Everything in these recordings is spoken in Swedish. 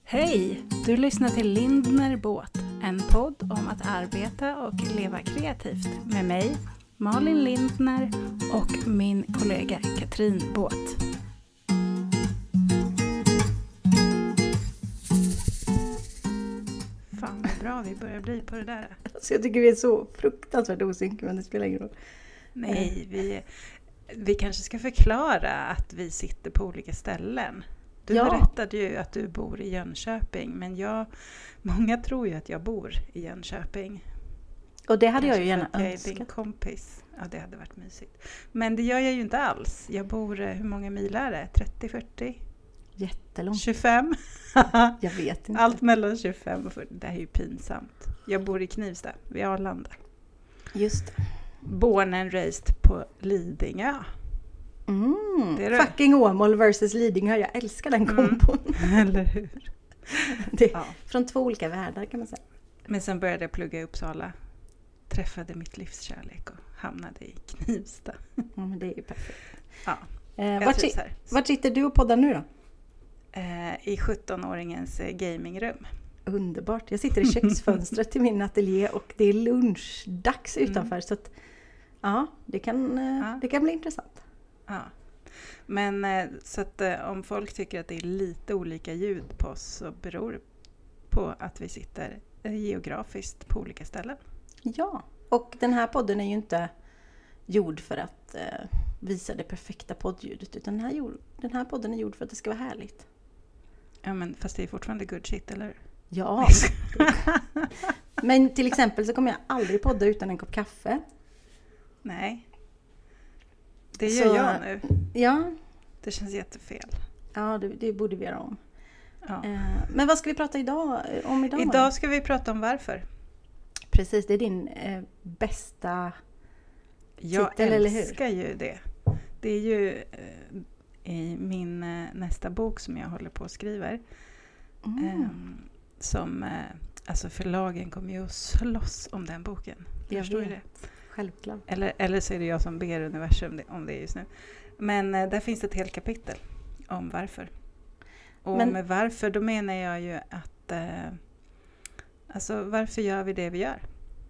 Hej! Du lyssnar till Lindner Båt, en podd om att arbeta och leva kreativt med mig, Malin Lindner, och min kollega Katrin Båt. Fan vad bra vi börjar bli på det där. Alltså jag tycker vi är så fruktansvärt osynk, men det spelar ingen roll. Nej, vi kanske ska förklara att vi sitter på olika ställen. Du berättade ju att du bor i Jönköping, men många tror ju att jag bor i Jönköping. Och det hade Kanske jag ju gärna jag är önskat. din kompis. Ja, det hade varit mysigt. Men det gör jag ju inte alls. Jag bor, hur många mil är det? 30, 40? Jättelångt. 25? Jag vet inte. Allt mellan 25 och 40. Det här är ju pinsamt. Jag bor i Knivsta, vid Arlanda. Just det. Born and raised på Lidingö. Det är det. Fucking Åmål versus Lidingö. Jag älskar den kombon. Eller hur? Det, Ja. Från två olika världar kan man säga. Men sen började jag plugga i Uppsala. Träffade mitt livskärlek och hamnade i Knivsta. Ja, men det är ju perfekt. Ja, Vart sitter du och poddar nu då? I 17-åringens gamingrum. Underbart. Jag sitter i köksfönstret till min ateljé och det är lunchdags utanför. Så att, ja, det kan bli intressant. Ja. Men så att om folk tycker att det är lite olika ljud på oss, så beror det på att vi sitter geografiskt på olika ställen. Ja, och den här podden är ju inte gjord för att visa det perfekta poddljudet, utan den här podden är gjord för att det ska vara härligt. Ja, men fast det är fortfarande good shit, eller? Ja. Men till exempel så kommer jag aldrig podda utan en kopp kaffe. Nej. Det gör jag nu. Ja. Det känns jättefel. Ja, det borde vi göra om. Ja. Men vad ska vi prata om idag? Idag ska vi prata om varför. Precis, det är din bästa jag titel, eller hur? Jag älskar ju det. Det är ju i min nästa bok som jag håller på och skriver. Alltså förlagen kommer ju att slåss om den boken. Jag förstår det. Självklart. Eller så är det jag som ber universum om det just nu. Men där finns ett helt kapitel om varför. Och med varför, då menar jag ju att alltså varför gör vi det vi gör?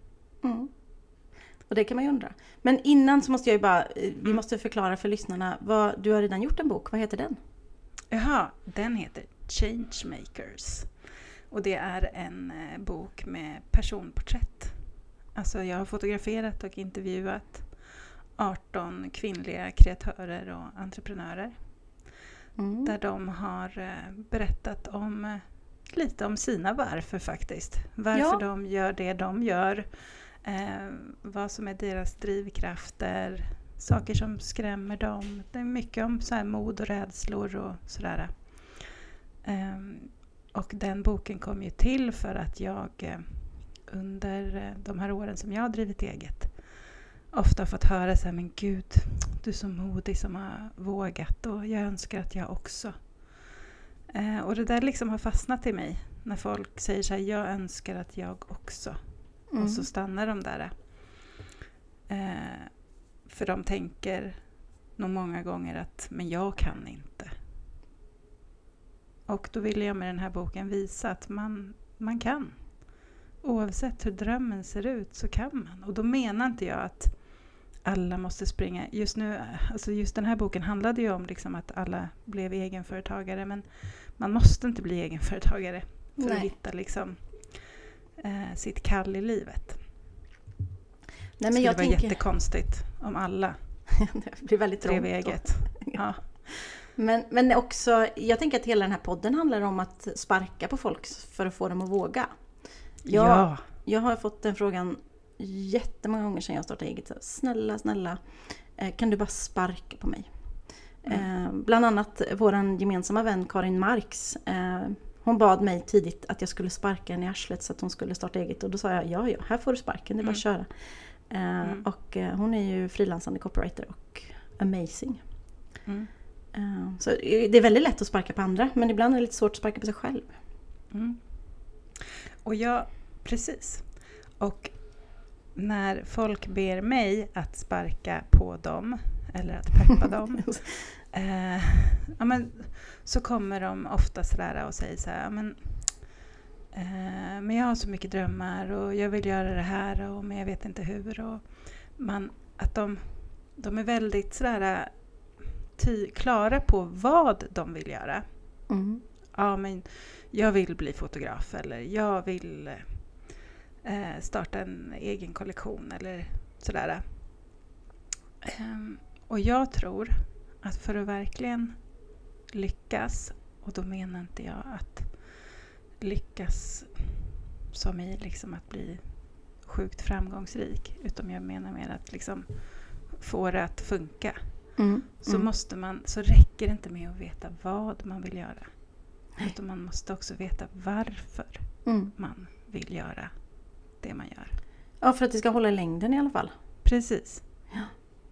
Och det kan man ju undra. Men innan så måste jag ju bara, vi måste förklara för lyssnarna, du har redan gjort en bok, vad heter den? Jaha, den heter Changemakers. Och det är en bok med personporträtt. Alltså jag har fotograferat och intervjuat 18 kvinnliga kreatörer och entreprenörer. Där de har berättat lite om sina varför faktiskt. Varför de gör det de gör. Vad som är deras drivkrafter. Saker som skrämmer dem. Det är mycket om så här mod och rädslor och sådär. Och den boken kom ju till för att jag under de här åren som jag har drivit eget ofta har fått höra så här, men gud, du är så modig som har vågat och jag önskar att jag också. Och det där liksom har fastnat i mig när folk säger så här, jag önskar att jag också. Och så stannar de där. För de tänker nog många gånger att, men jag kan inte. Och då vill jag med den här boken visa att man kan. Oavsett hur drömmen ser ut så kan man. Och då menar inte jag att alla måste springa. Just nu, alltså just den här boken handlade ju om liksom att alla blev egenföretagare. Men man måste inte bli egenföretagare för att hitta liksom, sitt kall i livet. Nej, men det var jättekonstigt om alla det blir väldigt drev eget. Ja. Men också, jag tänker att hela den här podden handlar om att sparka på folk för att få dem att våga. Jag har fått den frågan jättemånga gånger sedan jag startade eget. Snälla, kan du bara sparka på mig? Bland annat våran gemensamma vän Karin Marx. Hon bad mig tidigt att jag skulle sparka henne i arslet så att hon skulle starta eget. Och då sa jag, ja, här får du sparken, det är bara att köra. Och hon är ju frilansande copywriter och amazing. Så det är väldigt lätt att sparka på andra, men ibland är det lite svårt att sparka på sig själv. Och precis. Och när folk ber mig att sparka på dem eller att peppa dem så kommer de ofta sådär och säger så här, men Men jag har så mycket drömmar och jag vill göra det här men jag vet inte hur. Och att de är väldigt sådär klara på vad de vill göra. Mm. Ja, men jag vill bli fotograf eller jag vill starta en egen kollektion eller sådär. Och jag tror att för att verkligen lyckas, och då menar inte jag att lyckas som i liksom att bli sjukt framgångsrik, utan jag menar mer att liksom få det att funka. Så räcker det inte med att veta vad man vill göra. Utan man måste också veta varför man vill göra det man gör. Ja, för att det ska hålla i längden i alla fall. Precis. Ja.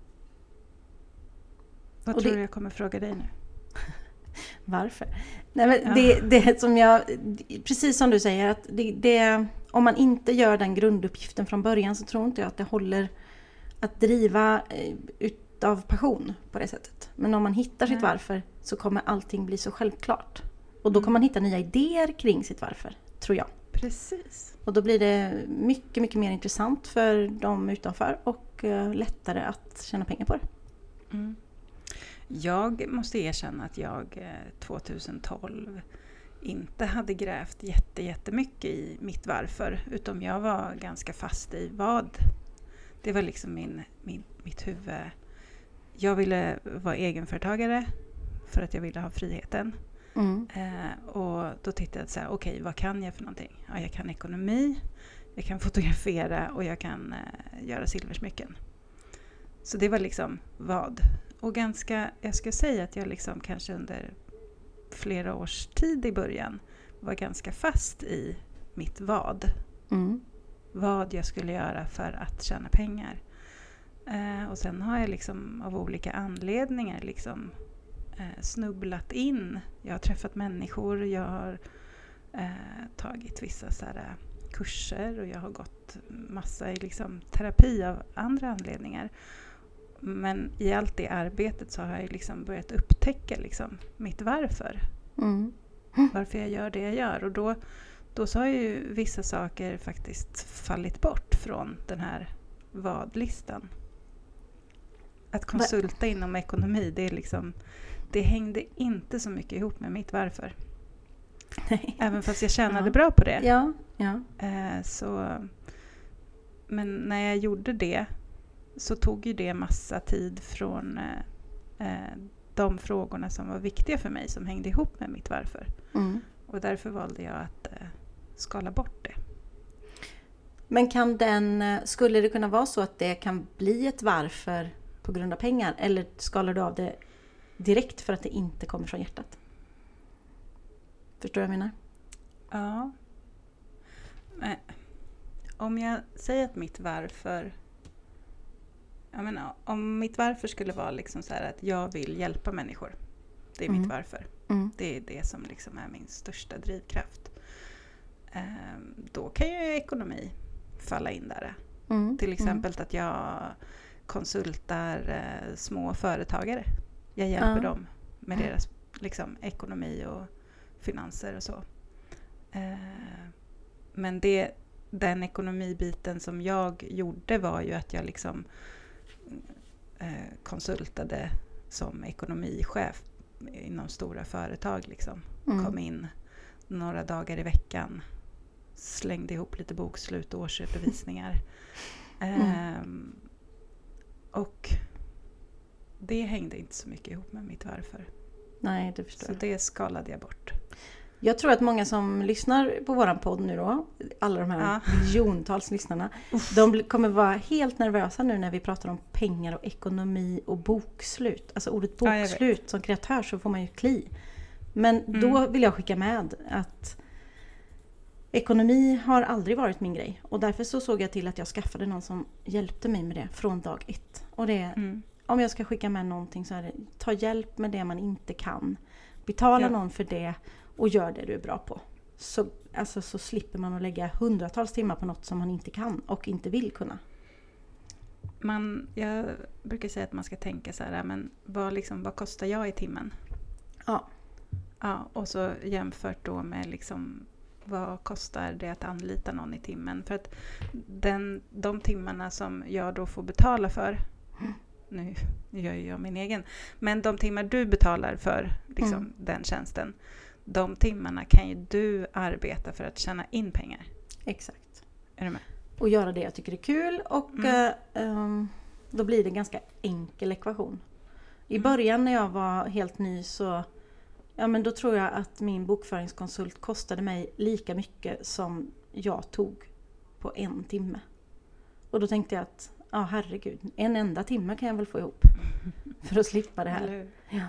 Vad tror du jag kommer fråga dig nu? Varför? Nej, men det som jag, precis som du säger, att om man inte gör den grunduppgiften från början så tror inte jag att det håller att driva utav passion på det sättet. Men om man hittar sitt varför så kommer allting bli så självklart. Och då kommer man hitta nya idéer kring sitt varför, tror jag. Precis. Och då blir det mycket, mycket mer intressant för de utanför och lättare att tjäna pengar på det. Mm. Jag måste erkänna att jag 2012 inte hade grävt jättemycket i mitt varför, utan jag var ganska fast i vad. Det var liksom mitt huvud. Jag ville vara egenföretagare för att jag ville ha friheten. Och då tittade jag så här, okej, vad kan jag för någonting? Ja, jag kan ekonomi, jag kan fotografera och jag kan göra silversmycken. Så det var liksom vad. Och jag ska säga att jag liksom kanske under flera års tid i början var ganska fast i mitt vad. Vad jag skulle göra för att tjäna pengar. Och sen har jag liksom av olika anledningar liksom snubblat in. Jag har träffat människor, jag har tagit vissa så här kurser och jag har gått massa i liksom terapi av andra anledningar. Men i allt det arbetet så har jag liksom börjat upptäcka liksom mitt varför. Varför jag gör det jag gör. Och då så har ju vissa saker faktiskt fallit bort från den här vad-listan. Att konsulta inom ekonomi, det hängde inte så mycket ihop med mitt varför. Nej. Även fast jag tjänade bra på det. Ja. Men när jag gjorde det så tog ju det massa tid från de frågorna som var viktiga för mig, som hängde ihop med mitt varför. Och därför valde jag att skala bort det. Men skulle det kunna vara så att det kan bli ett varför på grund av pengar? Eller skalar du av det direkt för att det inte kommer från hjärtat? Förstår du vad jag menar? Ja. Om jag säger att mitt varför... Jag menar, om mitt varför skulle vara liksom så här att jag vill hjälpa människor. Det är mitt varför. Det är det som liksom är min största drivkraft. Då kan ju ekonomi falla in där. Till exempel att jag konsultar små företagare. Jag hjälper dem med deras liksom, ekonomi och finanser och så. Men den ekonomibiten som jag gjorde var ju att jag liksom konsultade som ekonomichef inom stora företag. Liksom. Kom in några dagar i veckan. Slängde ihop lite bokslut och årsredovisningar. Och det hängde inte så mycket ihop med mitt varför. Nej, det förstår jag. Så det skalade jag bort. Jag tror att många som lyssnar på våran podd nu då, alla de här miljontals lyssnarna, de kommer vara helt nervösa nu när vi pratar om pengar och ekonomi och bokslut. Alltså ordet bokslut, som kreatör så får man ju kli. Men då vill jag skicka med att ekonomi har aldrig varit min grej. Och därför så såg jag till att jag skaffade någon som hjälpte mig med det från dag 1. Och det om jag ska skicka med någonting så är det, ta hjälp med det man inte kan. Betala någon för det och gör det du är bra på. Så slipper man att lägga hundratals timmar på något som man inte kan och inte vill kunna. Jag brukar säga att man ska tänka så här, men vad kostar jag i timmen? Ja. Ja, och så jämfört då med liksom vad kostar det att anlita någon i timmen? För att de timmarna som jag då får betala för, nu gör jag min egen, men de timmar du betalar för liksom, den tjänsten, de timmarna kan ju du arbeta för att tjäna in pengar. Exakt. Är du med? Och göra det jag tycker är kul, och då blir det en ganska enkel ekvation. I början när jag var helt ny så men då tror jag att min bokföringskonsult kostade mig lika mycket som jag tog på 1 timme. Och då tänkte jag att herregud, en enda timme kan jag väl få ihop för att slippa det här. Ja.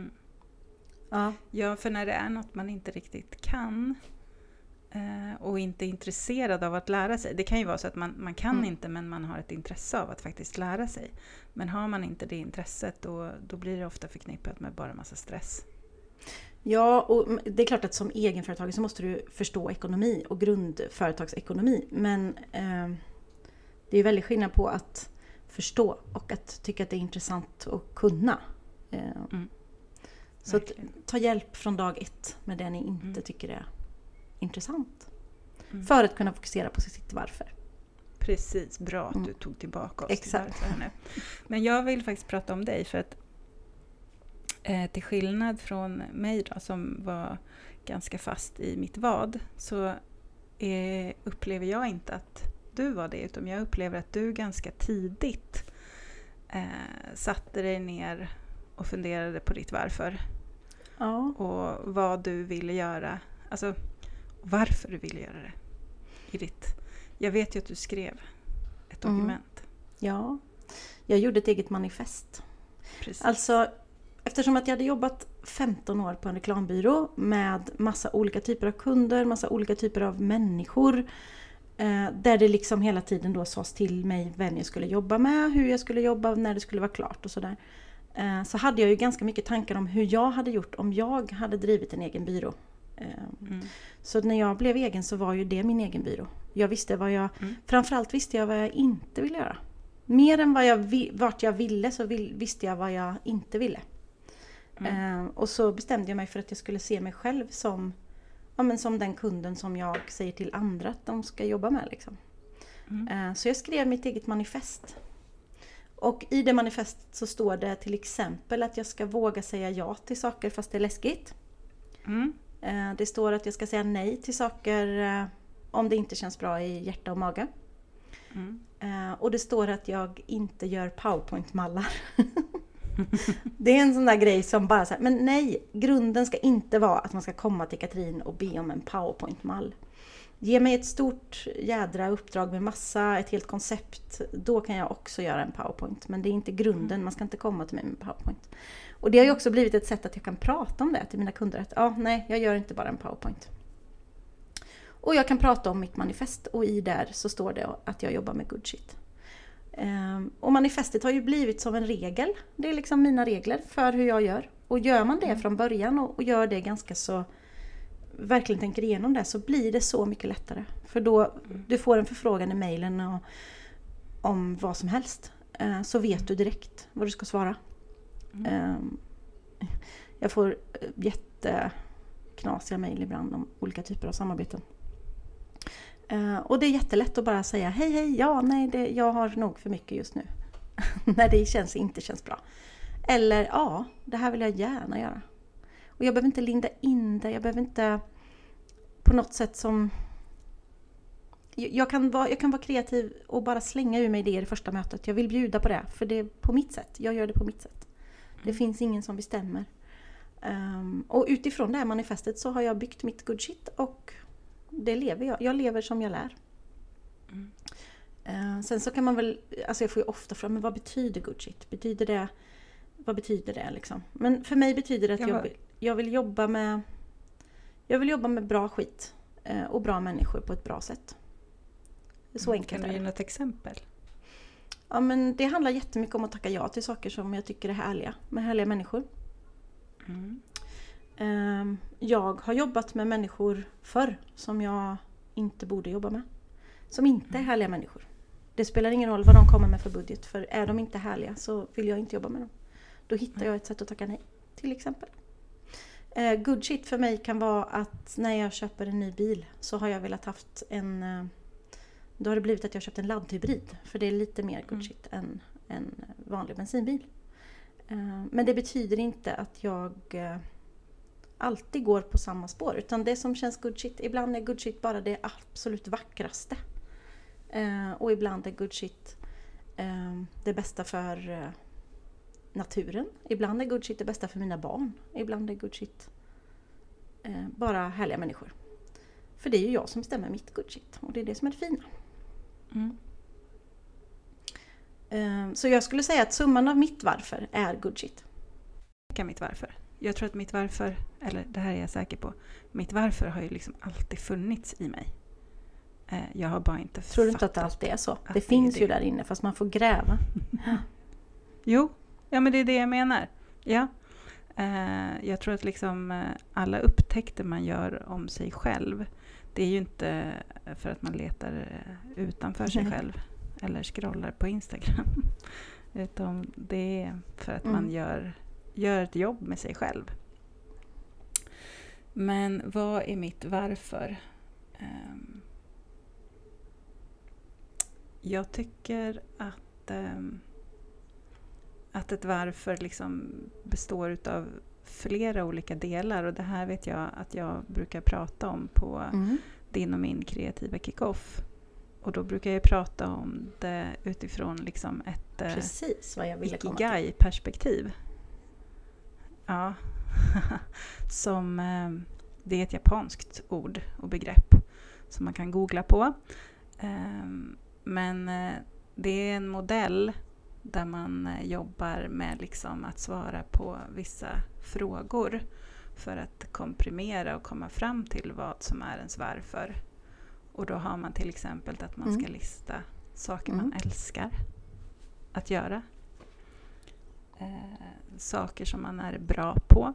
Ja, för när det är något man inte riktigt kan och inte är intresserad av att lära sig. Det kan ju vara så att man kan inte, men man har ett intresse av att faktiskt lära sig. Men har man inte det intresset, då blir det ofta förknippat med bara massa stress. Ja, och det är klart att som egenföretagare så måste du förstå ekonomi och grundföretagsekonomi. Men det är väldigt skillnad på att förstå och att tycka att det är intressant att kunna. Så att ta hjälp från dag 1 med det ni inte tycker är intressant. För att kunna fokusera på sitt varför. Precis, bra att du tog tillbaka oss. Exakt. Till nu. Men jag vill faktiskt prata om dig för att till skillnad från mig då, som var ganska fast i mitt vad, så upplever jag inte att du var det, utan jag upplever att du ganska tidigt satte dig ner och funderade på ditt varför. Ja. Och vad du ville göra, alltså varför du ville göra det. Jag vet ju att du skrev ett dokument. Ja, jag gjorde ett eget manifest. Precis. Alltså, eftersom att jag hade jobbat 15 år på en reklambyrå med massa olika typer av kunder, massa olika typer av människor, där det liksom hela tiden då sades till mig vem jag skulle jobba med, hur jag skulle jobba, när det skulle vara klart och sådär. Så hade jag ju ganska mycket tankar om hur jag hade gjort om jag hade drivit en egen byrå. Så när jag blev egen så var ju det min egen byrå. Jag visste framförallt visste jag vad jag inte ville göra. Mer än vart jag ville så visste jag vad jag inte ville. Och så bestämde jag mig för att jag skulle se mig själv som den kunden som jag säger till andra att de ska jobba med. Liksom. Så jag skrev mitt eget manifest. Och i det manifestet så står det till exempel att jag ska våga säga ja till saker fast det är läskigt. Det står att jag ska säga nej till saker om det inte känns bra i hjärta och mage. Och det står att jag inte gör PowerPoint-mallar. Det är en sån där grej som bara så här, men nej, grunden ska inte vara att man ska komma till Katrin och be om en PowerPoint-mall. Ge mig ett stort jädra uppdrag med ett helt koncept, då kan jag också göra en PowerPoint. Men det är inte grunden, man ska inte komma till mig med PowerPoint. Och det har ju också blivit ett sätt att jag kan prata om det till mina kunder. Att nej, jag gör inte bara en PowerPoint. Och jag kan prata om mitt manifest och i där så står det att jag jobbar med good shit. Och manifestet har ju blivit som en regel. Det är liksom mina regler för hur jag gör. Och gör man det från början och gör det ganska så, verkligen tänker igenom det, så blir det så mycket lättare. För då du får en förfrågan i mejlen om vad som helst. Så vet du direkt vad du ska svara. Jag får jätteknasiga mejl ibland om olika typer av samarbeten. Och det är jättelätt att bara säga hej, jag har nog för mycket just nu. När det inte känns bra. Eller det här vill jag gärna göra. Och jag behöver inte linda in det. Jag behöver inte på något sätt som... Jag kan vara kreativ och bara slänga ur mig idéer i första mötet. Jag vill bjuda på det, för det är på mitt sätt. Jag gör det på mitt sätt. Det finns ingen som bestämmer. Och utifrån det här manifestet så har jag byggt mitt good shit och det lever jag. Jag lever som jag lär. Sen så kan man väl, alltså jag får ju ofta fråga, men vad betyder good shit? Vad betyder det liksom? Men för mig betyder det att jag vill jobba med bra skit och bra människor på ett bra sätt. Så enkelt är det. Kan du ge något exempel? Ja, men det handlar jättemycket om att tacka ja till saker som jag tycker är härliga. Med härliga människor. Jag har jobbat med människor förr som jag inte borde jobba med. Som inte är härliga människor. Det spelar ingen roll vad de kommer med för budget. För är de inte härliga så vill jag inte jobba med dem. Då hittar jag ett sätt att tacka nej, till exempel. Good shit för mig kan vara att när jag köper en ny bil så har jag velat haft då har det blivit att jag köpt en laddhybrid. För det är lite mer good shit än en vanlig bensinbil. Men det betyder inte att jag alltid går på samma spår. Utan det som känns good shit, ibland är good shit bara det absolut vackraste. Och ibland är good shit det bästa för naturen. Ibland är good shit det bästa för mina barn. Ibland är good shit bara härliga människor. För det är ju jag som bestämmer mitt good shit. Och det är det som är det fina. Så jag skulle säga att summan av mitt varför är good shit. Mitt varför. Jag tror att mitt varför, eller det här är jag säker på, mitt varför har ju liksom alltid funnits i mig. Jag har bara inte Tror du inte att det alltid är så? Det finns ju där inne fast man får gräva. Jo, ja men det är det jag menar. Ja. Jag tror att liksom alla upptäckter man gör om sig själv, det är ju inte för att man letar utanför sig själv eller scrollar på Instagram. Utan det är för att man gör ett jobb med sig själv. Men vad är mitt varför? Jag tycker att ett varför liksom består utav flera olika delar. Och det här vet jag att jag brukar prata om på din och min kreativa kick-off. Och då brukar jag prata om det utifrån liksom ett precis vad jag ville komma ikigai-perspektiv. Ja, som det är ett japanskt ord och begrepp som man kan googla på. Men det är en modell där man jobbar med liksom att svara på vissa frågor för att komprimera och komma fram till vad som är ens varför. Och då har man till exempel att man ska lista saker man älskar att göra. Saker som man är bra på.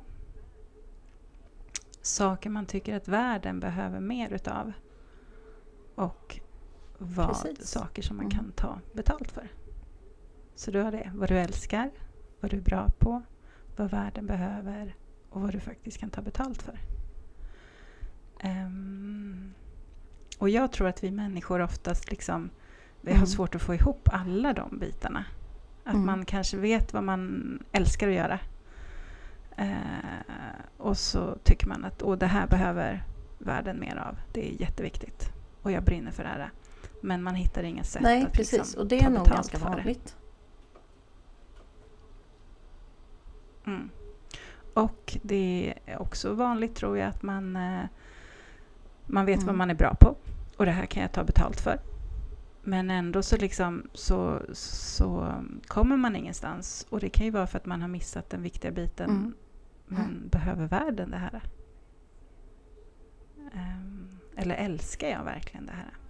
Saker man tycker att världen behöver mer utav. Och saker som man kan ta betalt för. Så du har det. Vad du älskar, vad du är bra på, vad världen behöver och vad du faktiskt kan ta betalt för. Och jag tror att vi människor oftast liksom, vi har svårt att få ihop alla de bitarna. Att man kanske vet vad man älskar att göra. Och så tycker man att det här behöver världen mer av. Det är jätteviktigt. Och jag brinner för det här. Men man hittar inga sätt att precis. Liksom och det är nog ganska vanligt. Och det är också vanligt tror jag att man vet vad man är bra på. Och det här kan jag ta betalt för. Men ändå så liksom så kommer man ingenstans. Och det kan ju vara för att man har missat den viktiga biten. Men behöver världen det här? Eller älskar jag verkligen det här?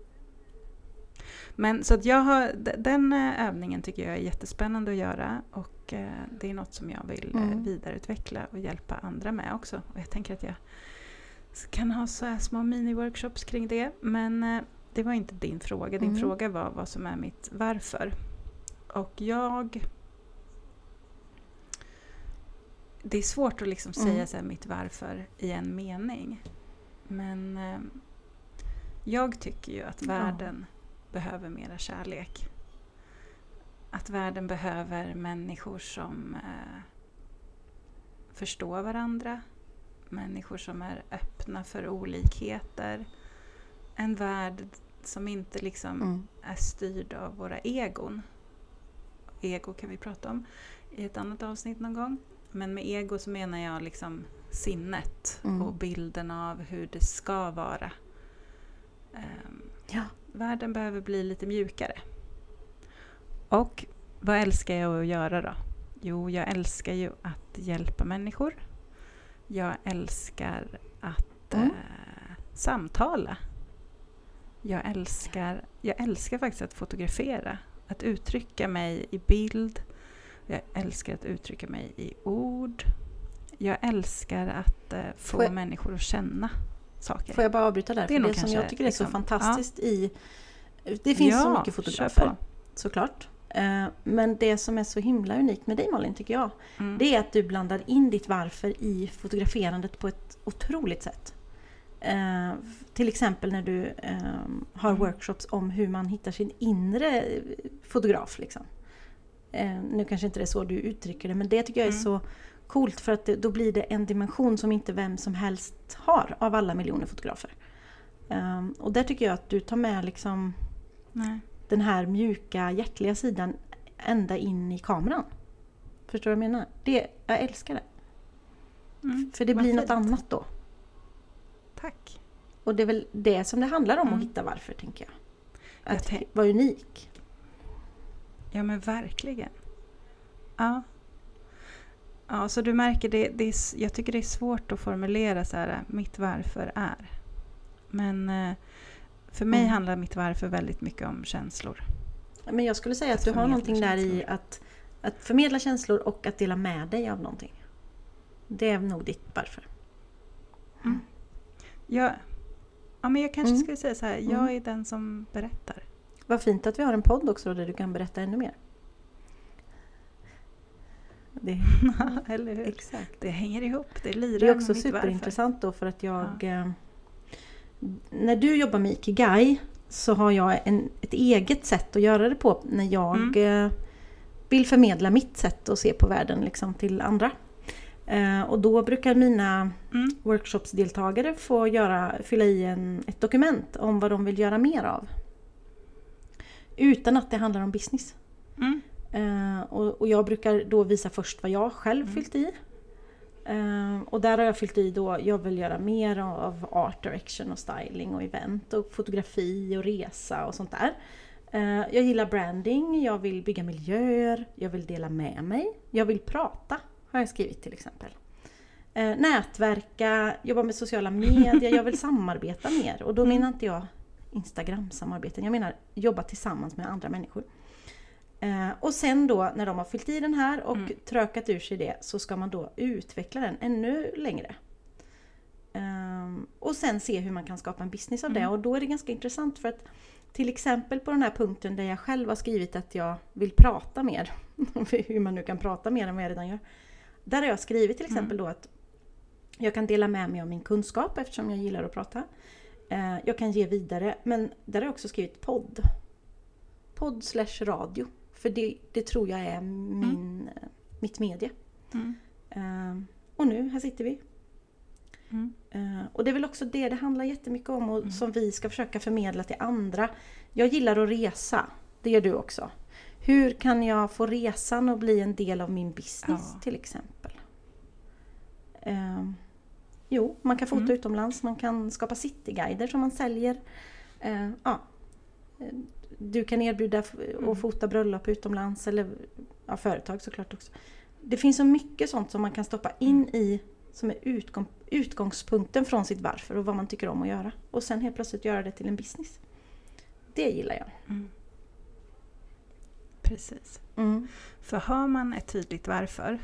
Men så att den övningen tycker jag är jättespännande att göra. Och det är något som jag vill vidareutveckla och hjälpa andra med också. Och jag tänker att jag kan ha så här små mini-workshops kring det. Men det var inte din fråga. Din fråga var vad som är mitt varför. Och det är svårt att liksom säga så här, mitt varför i en mening. Men jag tycker ju att världen behöver mera kärlek. Att världen behöver människor som förstår varandra. Människor som är öppna för olikheter. En värld som inte liksom är styrd av våra egon. Ego kan vi prata om i ett annat avsnitt någon gång. Men med ego så menar jag liksom sinnet och bilden av hur det ska vara. Världen behöver bli lite mjukare. Och vad älskar jag att göra då? Jo, jag älskar ju att hjälpa människor. Jag älskar att samtala. Jag älskar faktiskt att fotografera. Att uttrycka mig i bild. Jag älskar att uttrycka mig i ord. Jag älskar att få människor att känna saker. Får jag bara avbryta där? Det, för det som jag tycker är så fantastiskt det finns så mycket fotografer, såklart. Men det som är så himla unikt med dig, Malin, tycker jag, det är att du blandar in ditt varför i fotograferandet på ett otroligt sätt. Till exempel när du har workshops om hur man hittar sin inre fotograf. Liksom. Nu kanske inte det är så du uttrycker det, men det tycker jag är så coolt, för att då blir det en dimension som inte vem som helst har av alla miljoner fotografer. Och där tycker jag att du tar med liksom den här mjuka, hjärtliga sidan ända in i kameran. Förstår du vad jag menar? Jag älskar det. För det blir något annat då. Tack. Och det är väl det som det handlar om att hitta varför, tänker jag. Att vara unik. Ja, men verkligen. Ja. Ja, så du märker, jag tycker det är svårt att formulera så här, mitt varför är. Men för mig handlar mitt varför väldigt mycket om känslor. Men jag skulle säga att du har någonting där i att förmedla känslor och att dela med dig av någonting. Det är nog ditt varför. Ja, men jag kanske skulle säga så här, jag är den som berättar. Vad fint att vi har en podd också där du kan berätta ännu mer. Eller hur? Exakt. Det hänger ihop, det lirar. Det är också superintressant då, för att när du jobbar med Ikigai så har jag ett eget sätt att göra det på när jag vill förmedla mitt sätt att se på världen liksom, till andra. Och då brukar mina workshopsdeltagare få fylla i ett dokument om vad de vill göra mer av. Utan att det handlar om business. Och jag brukar då visa först vad jag själv fyllt i. Och där har jag fyllt i då, jag vill göra mer av art direction och styling och event och fotografi och resa och sånt där. Jag gillar branding, jag vill bygga miljöer, jag vill dela med mig, jag vill prata, har jag skrivit till exempel. Nätverka, jobba med sociala medier, jag vill samarbeta mer. Och då menar inte jag Instagram-samarbeten, jag menar jobba tillsammans med andra människor. Och sen då när de har fyllt i den här och trökat ur sig det, så ska man då utveckla den ännu längre. Och sen se hur man kan skapa en business av det. Och då är det ganska intressant, för att till exempel på den här punkten där jag själv har skrivit att jag vill prata mer, hur man nu kan prata mer än vad jag redan gör. Där har jag skrivit till exempel då att jag kan dela med mig av min kunskap eftersom jag gillar att prata. Jag kan ge vidare, men där har jag också skrivit podd/radio. För det tror jag är mitt medie. Och nu, här sitter vi. Och det är väl också det handlar jättemycket om och som vi ska försöka förmedla till andra. Jag gillar att resa, det gör du också. Hur kan jag få resan att bli en del av min business till exempel? Jo, man kan fota utomlands, man kan skapa cityguider som man säljer. Du kan erbjuda att fota bröllop utomlands eller företag såklart också. Det finns så mycket sånt som man kan stoppa in i som är utgångspunkten från sitt varför och vad man tycker om att göra. Och sen helt plötsligt göra det till en business. Det gillar jag. Precis. För har man ett tydligt varför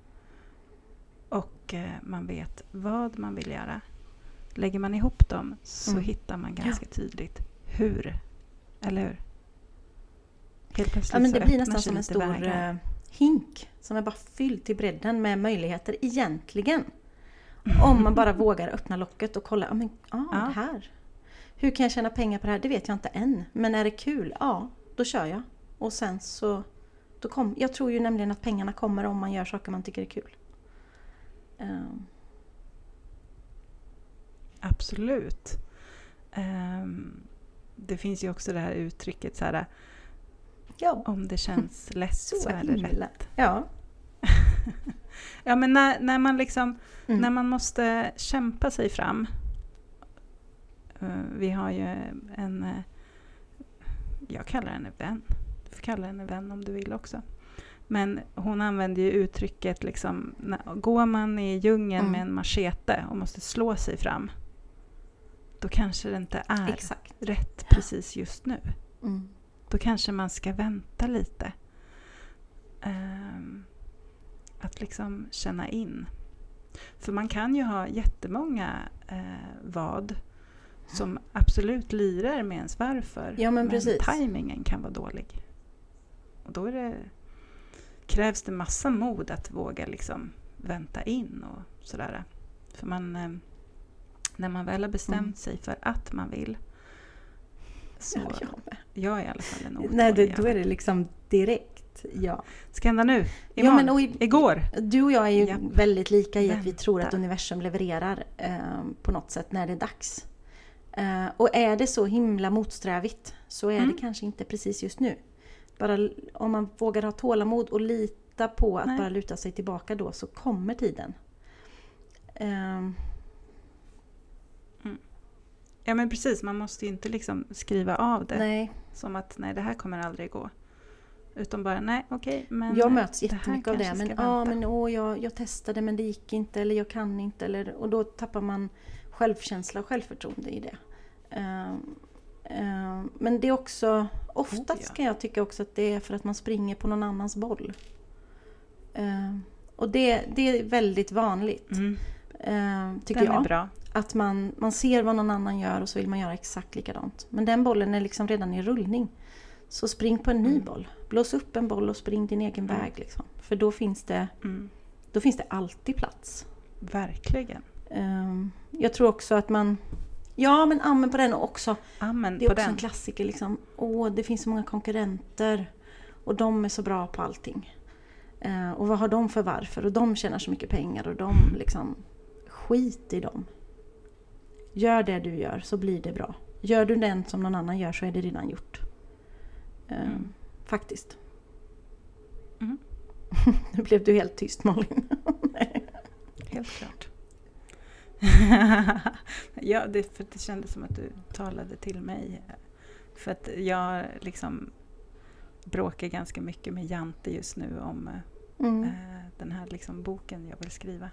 och man vet vad man vill göra, lägger man ihop dem så hittar man ganska tydligt hur. Eller hur? Helt plötsligt men det blir nästan som en stor hink som är bara fylld till bredden med möjligheter egentligen. Om man bara vågar öppna locket och kolla, det här. Hur kan jag tjäna pengar på det här? Det vet jag inte än. Men är det kul? Ja, då kör jag. Och sen så jag tror ju nämligen att pengarna kommer om man gör saker man tycker är kul. Absolut. Det finns ju också det här uttrycket så här, om det känns lätt så är det rätt. Ja. Ja, men när man liksom när man måste kämpa sig fram. Vi har ju jag kallar henne vän. Du får kalla henne vän om du vill också. Men hon använder ju uttrycket liksom, går man i djungeln med en machete och måste slå sig fram, då kanske det inte är rätt precis just nu. Då kanske man ska vänta lite. Att liksom känna in. För man kan ju ha jättemånga vad som absolut lirar med ens varför. Ja, men precis. Timingen kan vara dålig. Och då krävs det massa mod att våga liksom vänta in och sådär. För när man väl har bestämt sig för att man vill, så jag är i alla fall en otålig. Nej, då är det liksom direkt. Ja. Ska hända nu? Imorgon? Igår? Du och jag är ju väldigt lika i att vi tror att universum levererar på något sätt när det är dags. Och är det så himla motsträvigt så är det kanske inte precis just nu. Bara om man vågar ha tålamod och lita på att bara luta sig tillbaka då, så kommer tiden. Ja, men precis, man måste ju inte liksom skriva av det. Nej. Som att det här kommer aldrig gå. Utan bara, men jag möts jättemycket av det. Jag testade men det gick inte, eller jag kan inte. Och då tappar man självkänsla och självförtroende i det. Men det är också, oftast kan jag tycka också att det är för att man springer på någon annans boll. Och det är väldigt vanligt. Tycker jag. Den är bra. Att man ser vad någon annan gör och så vill man göra exakt likadant. Men den bollen är liksom redan i rullning. Så spring på en ny boll. Blås upp en boll och spring din egen väg. Liksom. För då finns det alltid plats. Verkligen. Jag tror också att man... Ja, men amen på den också. Amen det är på också den. En klassiker. Liksom. Det finns så många konkurrenter. Och de är så bra på allting. Och vad har de för varför? Och de tjänar så mycket pengar. Och de liksom... Skit i dem. Gör det du gör så blir det bra. Gör du den som någon annan gör så är det redan gjort. Faktiskt. Nu blev du helt tyst, Malin. Helt klart. Ja, för det kändes som att du talade till mig. För att jag liksom bråkar ganska mycket med Jante just nu om den här liksom boken jag vill skriva.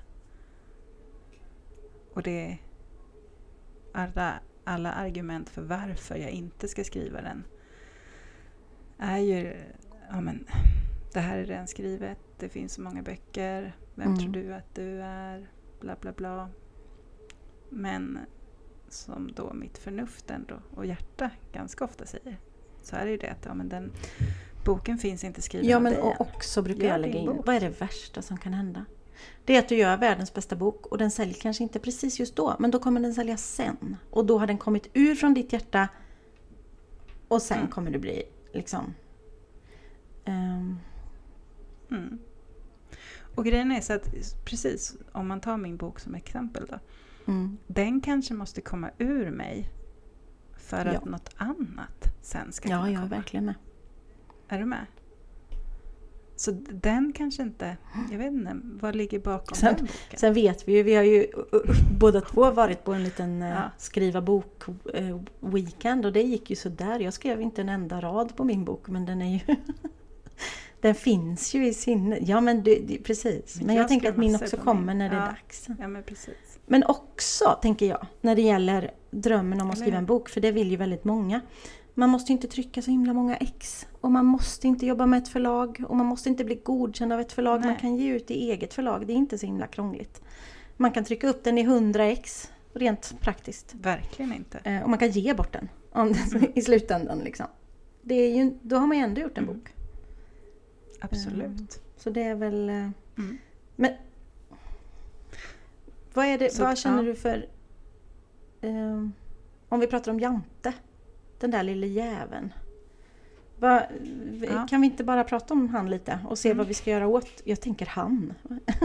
Och det är alla argument för varför jag inte ska skriva den är ju, det här är redan skrivet, det finns så många böcker, vem tror du att du är, bla bla bla. Men som då mitt förnuft ändå och hjärta ganska ofta säger, så är det ju det att den boken finns inte skriven av dig. Och också brukar jag lägga in, vad är det värsta som kan hända? Det är att du gör världens bästa bok och den säljer kanske inte precis just då, men då kommer den sälja sen. Och då har den kommit ur från ditt hjärta och sen kommer det bli liksom... Och grejen är så att precis, om man tar min bok som exempel då, den kanske måste komma ur mig för att något annat sen ska komma. Ja, jag är verkligen med. Är du med? Så den kanske inte, jag vet inte, vad ligger bakom den boken? Sen vet vi ju, vi har ju båda två varit på en liten skriva bok weekend och det gick ju så där. Jag skrev inte en enda rad på min bok, men den är ju den finns ju i sinne. Ja, men precis. Men jag tänker att min också kommer när det är dags. Ja, men precis. Men också, tänker jag, när det gäller drömmen om att skriva en bok, för det vill ju väldigt många. Man måste inte trycka så himla många ex. Och man måste inte jobba med ett förlag. Och man måste inte bli godkänd av ett förlag. Nej. Man kan ge ut i eget förlag. Det är inte så himla krångligt. Man kan trycka upp den i 100 ex. Rent praktiskt. Verkligen inte. Och man kan ge bort den. I slutändan liksom. Det är ju, då har man ju ändå gjort en bok. Absolut. Så det är väl... Men... Vad känner du för... om vi pratar om Jante. Den där lilla jäveln. Kan vi inte bara prata om han lite och se vad vi ska göra åt? Jag tänker han.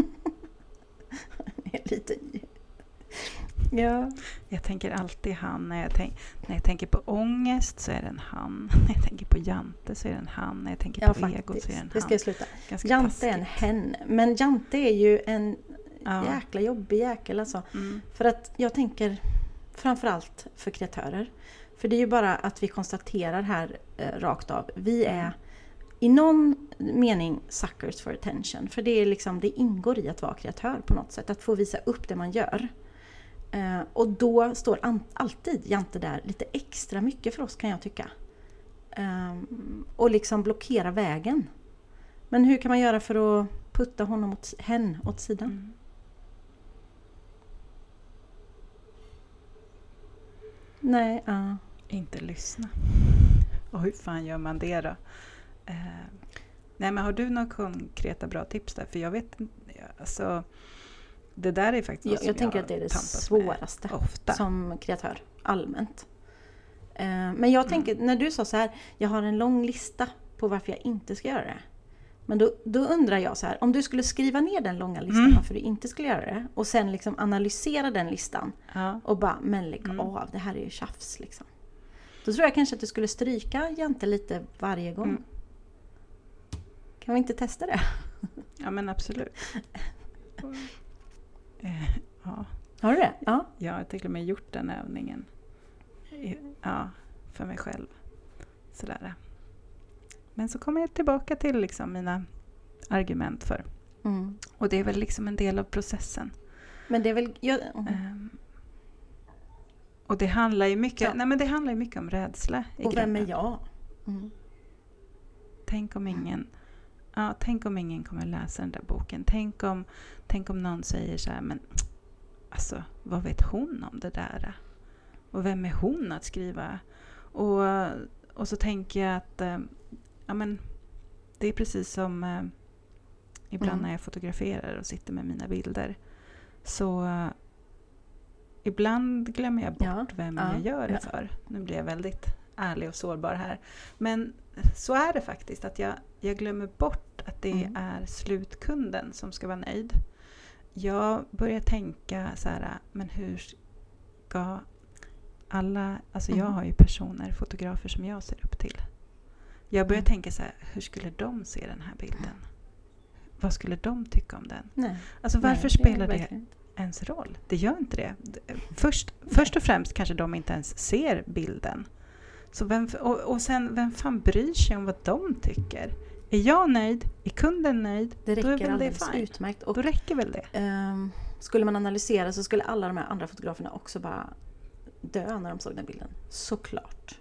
Lite. Ja. Jag tänker alltid han. När jag tänker på ångest så är det en han. När jag tänker på Jante så är det en han. När jag tänker på ego så är det en han. Det ska jag sluta. Ganska Jante taskigt. är en hen. Men Jante är ju en jäkla jobbig jäkel alltså. För att jag tänker framförallt för kreatörer. För det är ju bara att vi konstaterar här rakt av. Vi är i någon mening suckers for attention. För det är liksom, det ingår i att vara kreatör på något sätt. Att få visa upp det man gör. Och då står alltid Jante där lite extra mycket för oss, kan jag tycka. Och liksom blockera vägen. Men hur kan man göra för att putta honom åt sidan? Nej, Inte lyssna. Och hur fan gör man det då? Nej, men har du några konkreta bra tips där? För jag vet inte, alltså det där är faktiskt jag tänker att det är det svåraste ofta som kreatör, allmänt. Men jag tänker, när du sa så här, jag har en lång lista på varför jag inte ska göra det. Men då undrar jag så här, om du skulle skriva ner den långa listan varför du inte skulle göra det, och sen liksom analysera den listan och bara, men lägg av, det här är ju tjafs liksom. Då tror jag kanske att du skulle stryka Jante lite varje gång. Kan vi inte testa det? Ja, men absolut. Ja. Har du det? Ja. Jag har till och med gjort den övningen. Ja, för mig själv. Sådär. Men så kommer jag tillbaka till liksom mina argument för. Och det är väl liksom en del av processen. Men det är väl... och det handlar ju mycket, det handlar ju mycket om rädsla. Och vem är jag? Tänk om ingen kommer läsa den där boken. Tänk om någon säger så här, men alltså, vad vet hon om det där? Och vem är hon att skriva? Och så tänker jag att det är precis som ibland när jag fotograferar och sitter med mina bilder. Så ibland glömmer jag bort vem jag gör det för. Nu blir jag väldigt ärlig och sårbar här. Men så är det faktiskt, att jag glömmer bort att det är slutkunden som ska vara nöjd. Jag börjar tänka så här, men hur ska alla, alltså jag har ju fotografer som jag ser upp till. Jag börjar tänka så här, hur skulle de se den här bilden? Vad skulle de tycka om den? Nej. Alltså varför spelar det ens roll? Det gör inte det. Först och främst kanske de inte ens ser bilden. Så vem fan bryr sig om vad de tycker? Är jag nöjd? Är kunden nöjd? Det räcker, då är väl alldeles det utmärkt. Och då räcker väl det. Skulle man analysera så skulle alla de här andra fotograferna också bara dö när de såg den bilden. Såklart.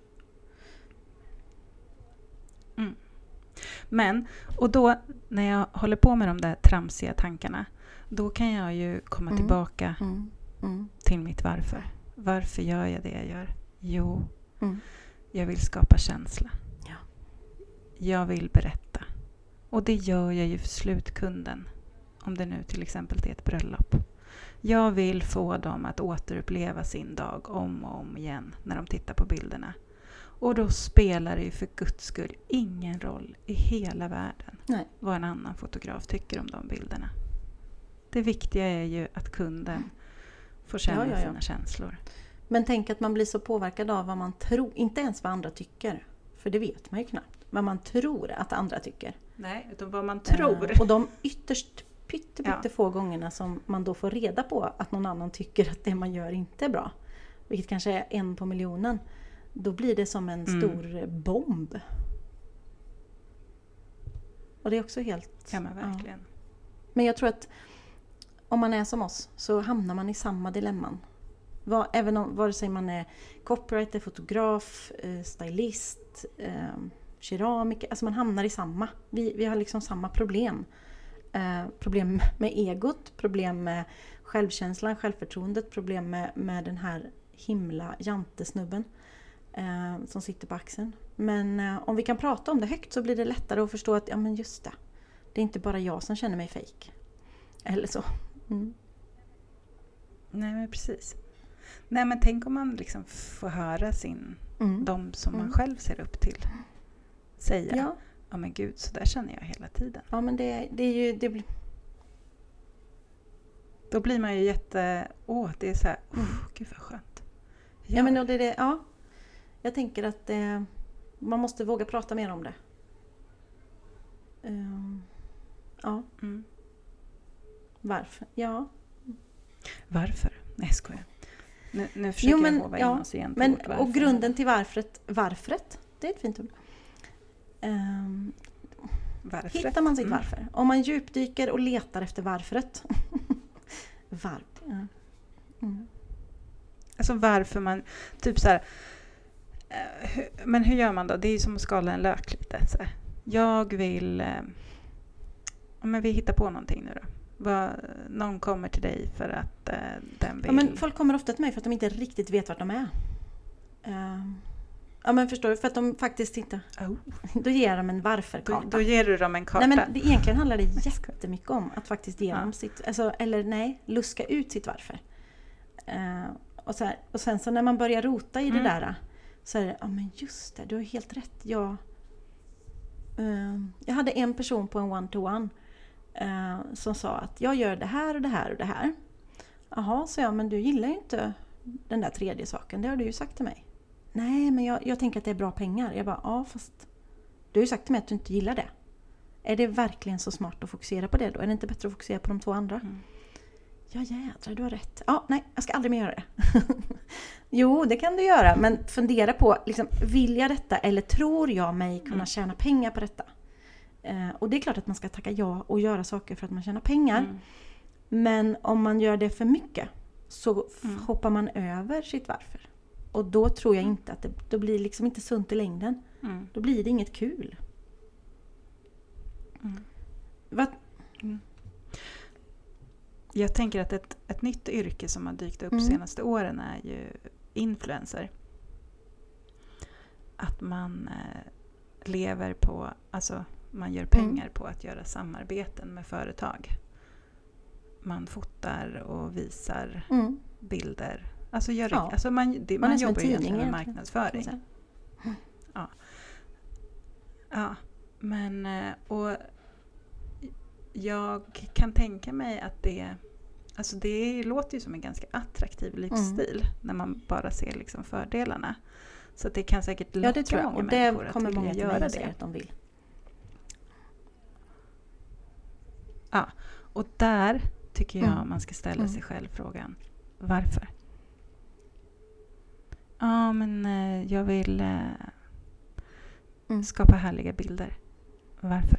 Men, och då när jag håller på med de där tramsiga tankarna, då kan jag ju komma tillbaka till mitt varför. Varför gör jag det jag gör? Jo, jag vill skapa känsla. Ja. Jag vill berätta. Och det gör jag ju för slutkunden. Om det nu till exempel är ett bröllop. Jag vill få dem att återuppleva sin dag om och om igen när de tittar på bilderna. Och då spelar det ju för Guds skull ingen roll i hela världen vad en annan fotograf tycker om de bilderna. Det viktiga är ju att kunden får känna sina känslor. Men tänk att man blir så påverkad av vad man tror, inte ens vad andra tycker. För det vet man ju knappt. Vad man tror att andra tycker. Nej, utan vad man tror. Och de ytterst få gångerna som man då får reda på att någon annan tycker att det man gör inte är bra. Vilket kanske är 1 på miljonen. Då blir det som en stor bomb. Och det är också helt... Ja, men verkligen. Ja. Men jag tror att om man är som oss så hamnar man i samma dilemman. Även om vare sig man är copywriter, fotograf, stylist, keramiker. Alltså man hamnar i samma. Vi har liksom samma problem. Problem med egot, problem med självkänslan, självförtroendet, problem med den här himla jantesnubben som sitter på axeln. Men om vi kan prata om det högt så blir det lättare att förstå att ja, men just det. Det är inte bara jag som känner mig fake. Eller så. Nej, men precis. Nej, men tänk om man liksom får höra de som man själv ser upp till säga. Ja, men gud, så där känner jag hela tiden. Ja, men det är ju... Då blir man ju det är så här, gud vad skönt. Ja, men och ja. Jag tänker att man måste våga prata mer om det. Ja. Varför? Ja. Varför? Nej, skojar. Nu försöker jag hova in oss igen på vårt varför. Och grunden till varfret, det är ett fint ord. Hittar man sitt varför. Om man djupdyker och letar efter varföret. Varför? Alltså varför man typ så här, men hur gör man då? Det är ju som att skala en lök lite så här. Jag vill men vi hittar på någonting nu då. Någon kommer till dig för att den vill... Ja, men folk kommer ofta till mig för att de inte riktigt vet vart de är. Ja, men förstår du? För att de faktiskt inte... Då ger de en varför-karta. Då ger du dem en karta. Nej, men egentligen handlar det jättemycket om att faktiskt ge dem sitt... Alltså, luska ut sitt varför. Och sen så när man börjar rota i det där, så är det, ja men just det, du har helt rätt. Jag hade en person på en one-to-one som sa att jag gör det här och det här och det här. Jaha, så men du gillar ju inte den där tredje saken, det har du ju sagt till mig. Nej, men jag tänker att det är bra pengar. Jag bara, ja fast du har ju sagt till mig att du inte gillar det. Är det verkligen så smart att fokusera på det då? Är det inte bättre att fokusera på de 2 andra? Ja jädrar, du har rätt. Ja, nej, jag ska aldrig mer göra det. Jo, det kan du göra, men fundera på, liksom, vill jag detta eller tror jag mig kunna tjäna pengar på detta? Och det är klart att man ska tacka ja och göra saker för att man tjänar pengar. Men om man gör det för mycket så hoppar man över sitt varför. Och då tror jag inte att det blir liksom inte sunt i längden. Då blir det inget kul. Jag tänker att ett nytt yrke som har dykt upp senaste åren är ju influencer. Att man lever på, alltså man gör pengar på att göra samarbeten med företag. Man fotar och visar bilder. Alltså, man jobbar ju egentligen med marknadsföring. Ja, men och jag kan tänka mig att det låter ju som en ganska attraktiv livsstil när man bara ser liksom fördelarna. Så att det kan säkert locka många människor att vilja göra det. Att de vill. Ja, och där tycker jag man ska ställa sig själv frågan, varför? Ja, men jag vill skapa härliga bilder. Varför?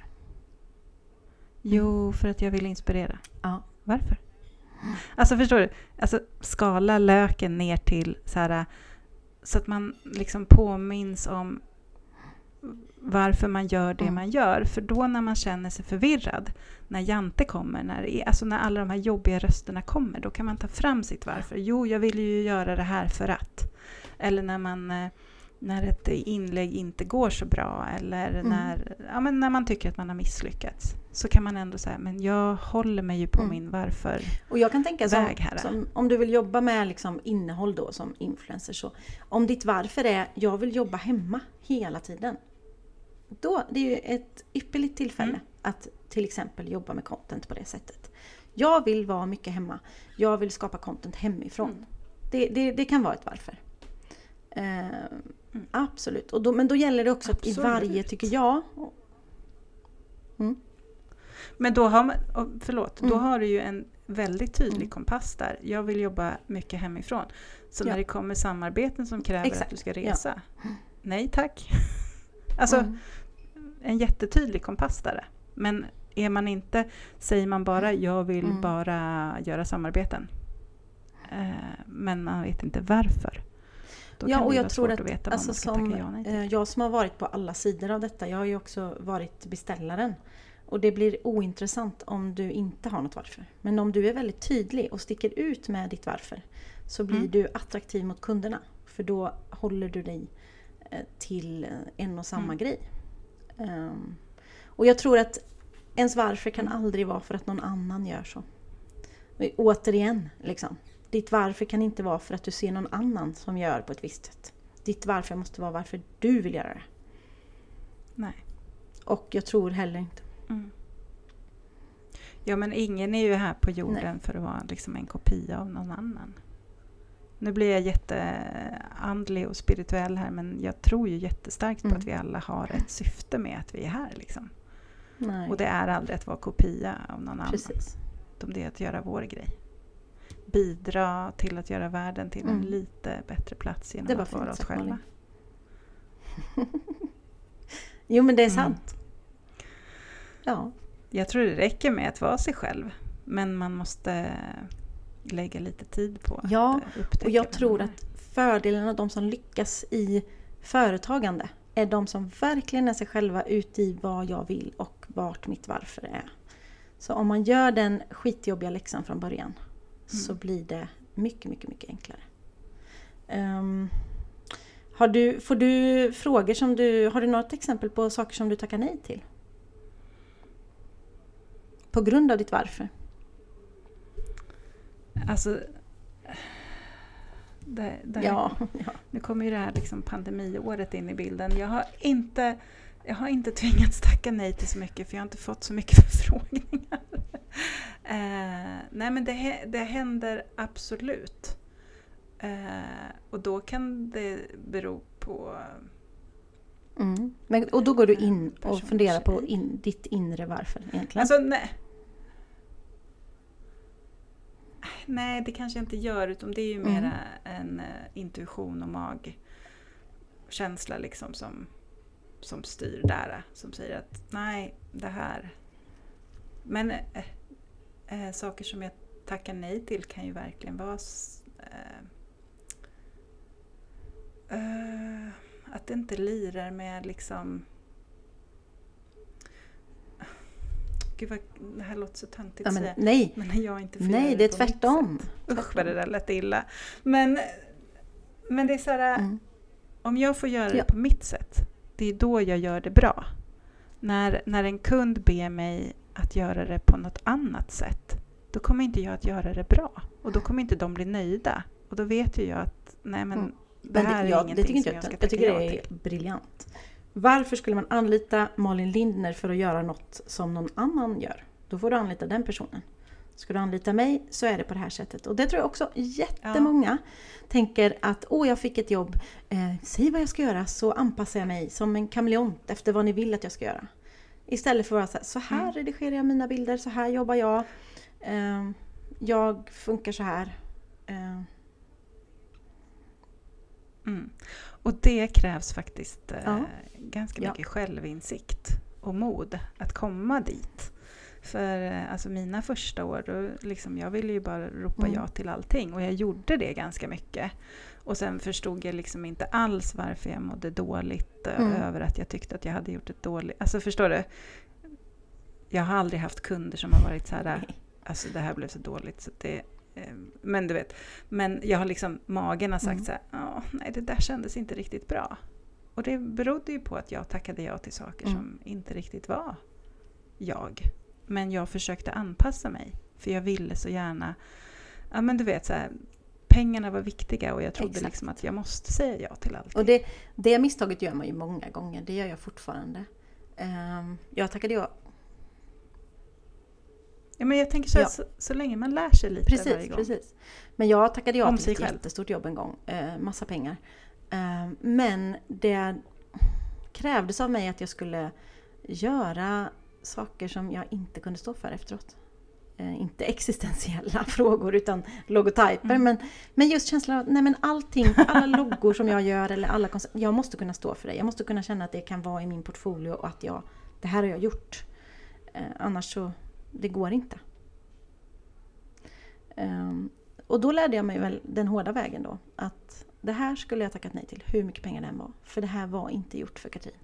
Jo, för att jag vill inspirera. Ja. Varför? Alltså förstår du? Alltså skala löken ner till så att man liksom påminns om varför man gör det man gör. För då när man känner sig förvirrad, när Jante kommer, när alla de här jobbiga rösterna kommer, då kan man ta fram sitt varför. Jo, jag vill ju göra det här för att. Eller när ett inlägg inte går så bra, eller när man tycker att man har misslyckats, så kan man ändå säga, men jag håller mig ju på min varför. Och jag kan tänka som om du vill jobba med liksom innehåll då som influencer, så om ditt varför är jag vill jobba hemma hela tiden, då det är ju ett ypperligt tillfälle att till exempel jobba med content på det sättet. Jag vill vara mycket hemma. Jag vill skapa content hemifrån. Det kan vara ett varför. Absolut. Men då gäller det också att i varje, tycker jag. Men då har man, då har du ju en väldigt tydlig kompass där. Jag vill jobba mycket hemifrån. Så när det kommer samarbeten som kräver att du ska resa. Nej tack. Alltså en jättetydlig kompass där. Men är man inte, säger man bara jag vill bara göra samarbeten. Men man vet inte varför. Då kan och jag tror att veta vad man ska tacka ja, nej till. Jag som har varit på alla sidor av detta, jag har ju också varit beställaren. Och det blir ointressant om du inte har något varför. Men om du är väldigt tydlig och sticker ut med ditt varför, så blir du attraktiv mot kunderna. För då håller du dig till en och samma grej. Och jag tror att ens varför kan aldrig vara för att någon annan gör så. Och återigen, liksom. Ditt varför kan inte vara för att du ser någon annan som gör på ett visst sätt. Ditt varför måste vara varför du vill göra det. Nej. Och jag tror heller inte. Ja, men ingen är ju här på jorden för att vara liksom en kopia av någon annan. Nu blir jag jätteandlig och spirituell här, men jag tror ju jättestarkt på att vi alla har ett syfte med att vi är här. Liksom. Nej. Och det är aldrig att vara kopia av någon annan. Precis. Det är att göra vår grej. Bidra till att göra världen till en lite bättre plats genom att vara oss själva. Jo, men det är sant. Ja. Jag tror det räcker med att vara sig själv. Men man måste lägga lite tid på att upptäcka. Och jag tror att fördelen av de som lyckas i företagande är de som verkligen är sig själva ute i vad jag vill och vart mitt varför är. Så om man gör den skitjobbiga läxan från början, så blir det mycket, mycket, mycket enklare. Får du frågor har du något exempel på saker som du tackar nej till? På grund av ditt varför? Alltså, nu kommer ju det här liksom pandemiåret in i bilden. Jag har inte tvingats tacka nej till så mycket, för jag har inte fått så mycket förfrågningar. Nej, men det händer absolut. Och då kan det bero på... Och då går du in och funderar på ditt inre varför egentligen? Alltså, nej, det kanske jag inte gör, utan det är ju mera en intuition och magkänsla liksom som styr där, som säger att nej, det här. Men saker som jag tackar nej till kan ju verkligen vara att det inte lirar med liksom... Gud vad, det här låter så töntigt att säga. Nej. Men när jag inte får nej, det är tvärtom. Usch vad det där lät illa. Men det är så här, om jag får göra det på mitt sätt, det är då jag gör det bra. När en kund ber mig att göra det på något annat sätt, då kommer inte jag att göra det bra. Och då kommer inte de bli nöjda. Och då vet ju jag att nej, men det här är ingenting som jag ska tacka ja till. Jag tycker det är briljant. Varför skulle man anlita Malin Lindner för att göra något som någon annan gör? Då får du anlita den personen. Ska du anlita mig så är det på det här sättet. Och det tror jag också jättemånga tänker att jag fick ett jobb. Säg vad jag ska göra så anpassar jag mig som en kameleont efter vad ni vill att jag ska göra. Istället för att vara så här redigerar jag mina bilder, så här jobbar jag. Jag funkar så här. Och det krävs faktiskt ganska mycket självinsikt och mod att komma dit. För alltså mina första år, då, liksom, jag ville ju bara ropa ja till allting. Och jag gjorde det ganska mycket. Och sen förstod jag liksom inte alls varför jag mådde dåligt över att jag tyckte att jag hade gjort ett dåligt... Alltså förstår du? Jag har aldrig haft kunder som har varit så här, alltså det här blev så dåligt så det... Men du vet, men jag har liksom, magen har sagt så här, nej det där kändes inte riktigt bra. Och det berodde ju på att jag tackade ja till saker som inte riktigt var jag. Men jag försökte anpassa mig, för jag ville så gärna, ja men du vet så här, pengarna var viktiga och jag trodde liksom att jag måste säga ja till allt. Och det misstaget gör man ju många gånger, det gör jag fortfarande. Jag tackade ja. Ja, men jag tänker så länge man lär sig lite varje gång. Precis. Men jag tackade ja till ett jättestort jobb en gång. Massa pengar. Men det krävdes av mig att jag skulle göra saker som jag inte kunde stå för efteråt. Inte existentiella frågor utan logotyper. Men just känslan av nej, allting, alla loggor som jag gör eller alla jag måste kunna stå för det. Jag måste kunna känna att det kan vara i min portfolio och att det här har jag gjort. Annars så det går inte. Och då lärde jag mig väl den hårda vägen då. Att det här skulle jag tackat nej till. Hur mycket pengar det än var. För det här var inte gjort för Katrin.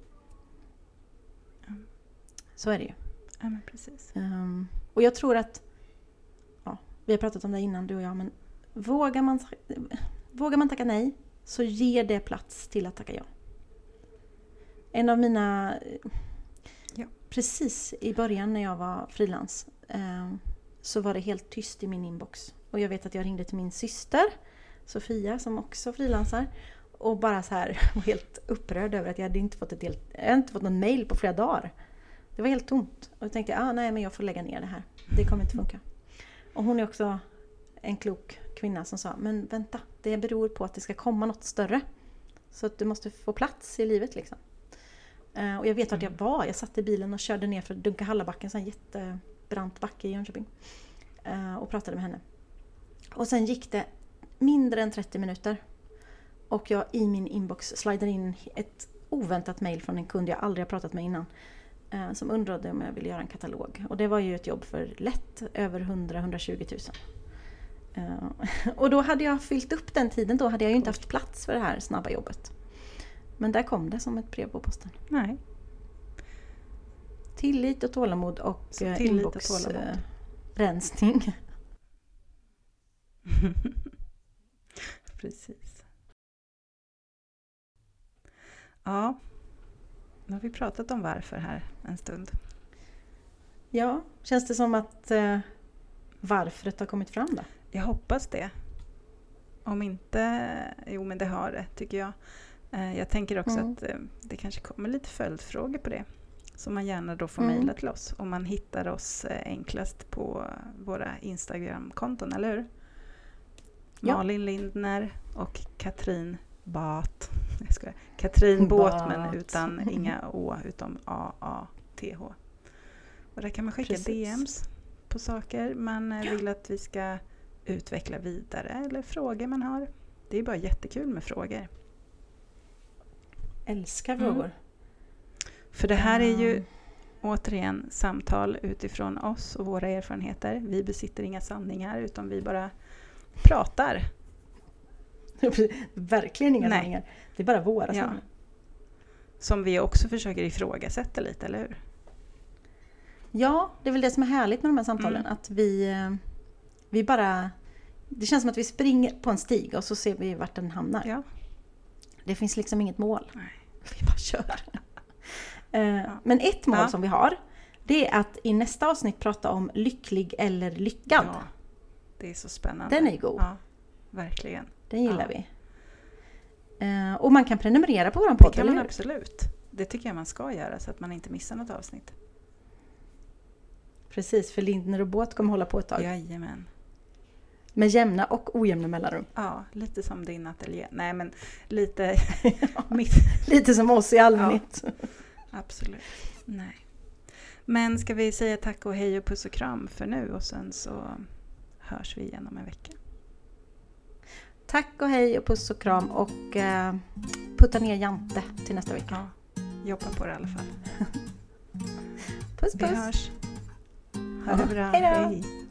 Så är det ju. Ja, men precis. Och jag tror att vi har pratat om det innan du och jag. Men vågar man tacka nej så ger det plats till att tacka ja. En av mina... Precis i början när jag var frilans så var det helt tyst i min inbox. Och jag vet att jag ringde till min syster Sofia som också frilansar och bara så här var helt upprörd över att jag hade inte fått någon mail på flera dagar. Det var helt tomt. Och jag tänkte, nej men jag får lägga ner det här. Det kommer inte funka. Och hon är också en klok kvinna som sa, men vänta, det beror på att det ska komma något större. Så att du måste få plats i livet liksom. Och jag vet att jag satt i bilen och körde ner för Dunka-Hallabacken, en jättebrant backe i Jönköping. Och pratade med henne. Och sen gick det mindre än 30 minuter. Och jag i min inbox slidade in ett oväntat mejl från en kund jag aldrig har pratat med innan. Som undrade om jag ville göra en katalog. Och det var ju ett jobb för lätt över 100-120 000. Och då hade jag fyllt upp den tiden. Då hade jag ju inte haft plats för det här snabba jobbet. Men där kom det som ett brev på posten. Nej. Tillit och tålamod och inbox-rensning. Precis. Ja, nu har vi pratat om varför här en stund. Ja, känns det som att varför har kommit fram då? Jag hoppas det. Om inte, men det har det tycker jag. Jag tänker också att det kanske kommer lite följdfrågor på det. Som man gärna då får mejla till oss. Om man hittar oss enklast på våra Instagram-konton, eller hur? Ja. Malin Lindner och Katrin Bat. Katrin Båt, men utan inga å, utan A-A-T-H. Och där kan man skicka DMs på saker man vill att vi ska utveckla vidare, eller frågor man har. Det är bara jättekul med frågor. Älskar frågor. För det här är ju återigen samtal utifrån oss och våra erfarenheter. Vi besitter inga sanningar, utan vi bara pratar. Verkligen inga sanningar. Det är bara våra sanningar. Som vi också försöker ifrågasätta lite, eller hur? Ja, det är väl det som är härligt med de här samtalen. Att vi bara... Det känns som att vi springer på en stig och så ser vi vart den hamnar. Ja. Det finns liksom inget mål. Nej. Vi bara kör. Men ett mål som vi har, det är att i nästa avsnitt prata om lycklig eller lyckad. Ja, det är så spännande. Den är god. Ja, verkligen. Den gillar vi. Och man kan prenumerera på vår podd. Det kan man absolut. Det tycker jag man ska göra så att man inte missar något avsnitt. Precis, för Lindner och Båt kommer hålla på ett tag. Jajamän. Med jämna och ojämna mellanrum. Ja, lite som din ateljé. Nej, men lite... lite som oss i allmänhet. Ja, absolut. Nej. Men ska vi säga tack och hej och puss och kram för nu, och sen så hörs vi igen om en vecka. Tack och hej och puss och kram, och putta ner Jante till nästa vecka. Ja, jobba på det i alla fall. Puss puss. Vi hörs. Ha det bra. Hej då. Hej.